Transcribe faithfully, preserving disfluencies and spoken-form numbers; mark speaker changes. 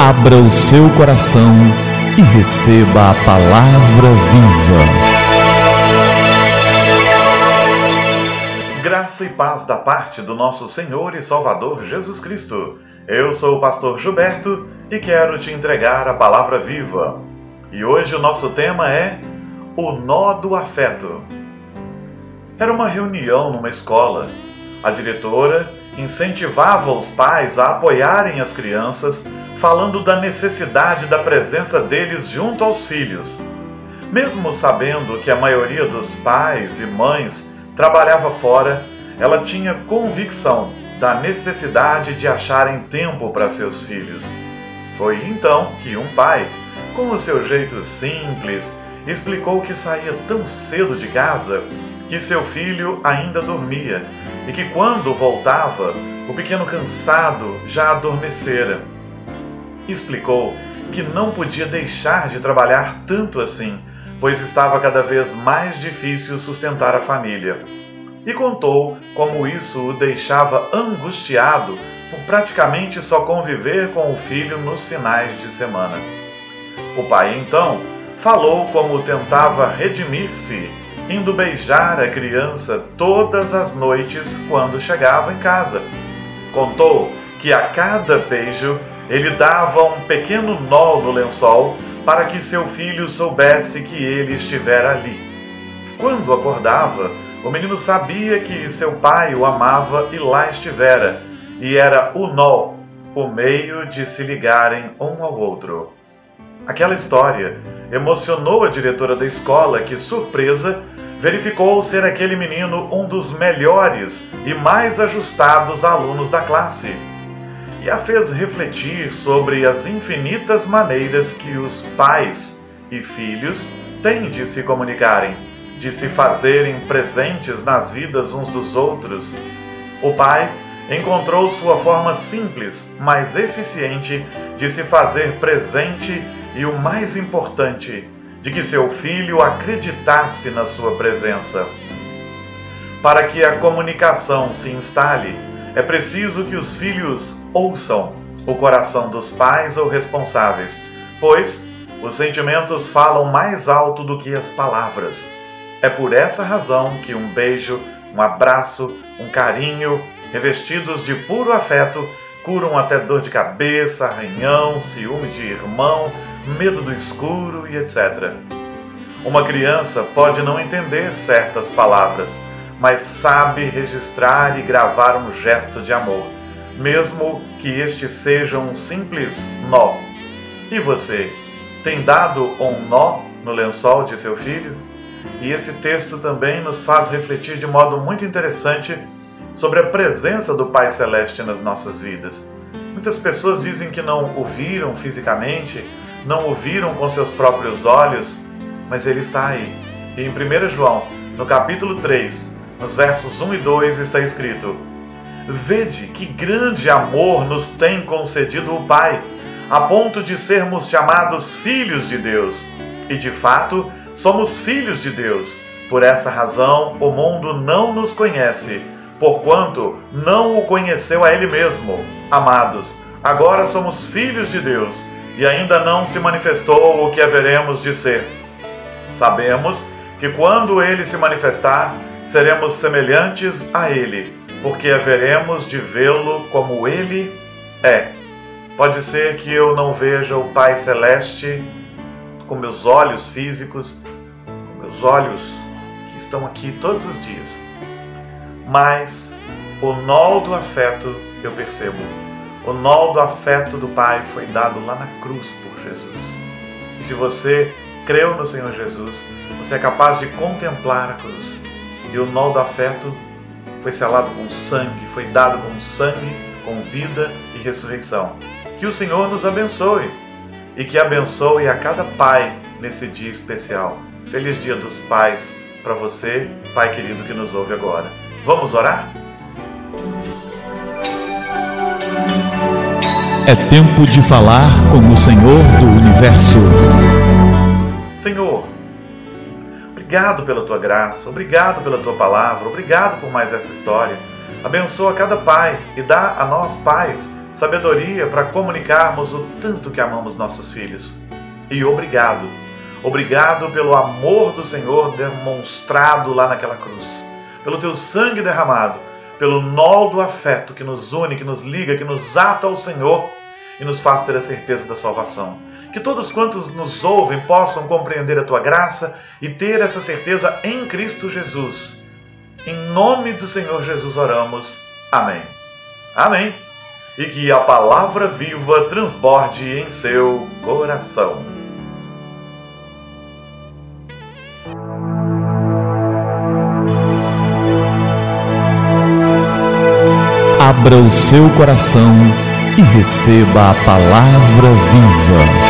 Speaker 1: abra o seu coração e receba a palavra viva.
Speaker 2: Graça e paz da parte do nosso Senhor e Salvador Jesus Cristo. Eu sou o pastor Gilberto e quero te entregar a palavra viva. E hoje o nosso tema é o nó do afeto. Era uma reunião numa escola. A diretora incentivava os pais a apoiarem as crianças, falando da necessidade da presença deles junto aos filhos. Mesmo sabendo que a maioria dos pais e mães trabalhava fora, ela tinha convicção da necessidade de acharem tempo para seus filhos. Foi então que um pai, com o seu jeito simples, explicou que saía tão cedo de casa que seu filho ainda dormia e que quando voltava, o pequeno cansado já adormecera. Explicou que não podia deixar de trabalhar tanto assim, pois estava cada vez mais difícil sustentar a família. E contou como isso o deixava angustiado por praticamente só conviver com o filho nos finais de semana. O pai, então, falou como tentava redimir-se, indo beijar a criança todas as noites quando chegava em casa. Contou que a cada beijo ele dava um pequeno nó no lençol para que seu filho soubesse que ele estivera ali. Quando acordava, o menino sabia que seu pai o amava e lá estivera, e era o nó, o meio de se ligarem um ao outro. Aquela história emocionou a diretora da escola, que, surpresa, verificou ser aquele menino um dos melhores e mais ajustados alunos da classe, e a fez refletir sobre as infinitas maneiras que os pais e filhos têm de se comunicarem, de se fazerem presentes nas vidas uns dos outros. O pai encontrou sua forma simples, mas eficiente, de se fazer presente e, o mais importante, de que seu filho acreditasse na sua presença. Para que a comunicação se instale, é preciso que os filhos ouçam o coração dos pais ou responsáveis, pois os sentimentos falam mais alto do que as palavras. É por essa razão que um beijo, um abraço, um carinho, revestidos de puro afeto, curam até dor de cabeça, arranhão, ciúme de irmão, medo do escuro e etcétera. Uma criança pode não entender certas palavras, mas sabe registrar e gravar um gesto de amor, mesmo que este seja um simples nó. E você, tem dado um nó no lençol de seu filho? E esse texto também nos faz refletir de modo muito interessante sobre a presença do Pai Celeste nas nossas vidas. Muitas pessoas dizem que não o viram fisicamente, não o viram com seus próprios olhos, mas ele está aí. E em primeiro João, no capítulo três, nos versos um e dois, está escrito: Vede que grande amor nos tem concedido o Pai, a ponto de sermos chamados filhos de Deus. E de fato, somos filhos de Deus. Por essa razão, o mundo não nos conhece, porquanto não o conheceu a Ele mesmo. Amados, agora somos filhos de Deus, e ainda não se manifestou o que haveremos de ser. Sabemos que quando Ele se manifestar, seremos semelhantes a Ele, porque haveremos de vê-lo como Ele é. Pode ser que eu não veja o Pai Celeste com meus olhos físicos, com meus olhos que estão aqui todos os dias, mas o nó do afeto eu percebo. O nó do afeto do Pai foi dado lá na cruz por Jesus. E se você creu no Senhor Jesus, você é capaz de contemplar a cruz. E o nó do afeto foi selado com sangue, foi dado com sangue, com vida e ressurreição. Que o Senhor nos abençoe e que abençoe a cada pai nesse dia especial. Feliz Dia dos Pais para você, pai querido que nos ouve agora. Vamos orar?
Speaker 1: É tempo de falar com o Senhor do Universo.
Speaker 2: Senhor, obrigado pela Tua graça, obrigado pela Tua palavra, obrigado por mais essa história. Abençoa cada pai e dá a nós, pais, sabedoria para comunicarmos o tanto que amamos nossos filhos. E obrigado, obrigado pelo amor do Senhor demonstrado lá naquela cruz, pelo teu sangue derramado, pelo nó do afeto que nos une, que nos liga, que nos ata ao Senhor e nos faz ter a certeza da salvação. Que todos quantos nos ouvem possam compreender a tua graça e ter essa certeza em Cristo Jesus. Em nome do Senhor Jesus oramos. Amém. Amém. E que a palavra viva transborde em seu coração.
Speaker 1: Abra o seu coração e receba a palavra viva.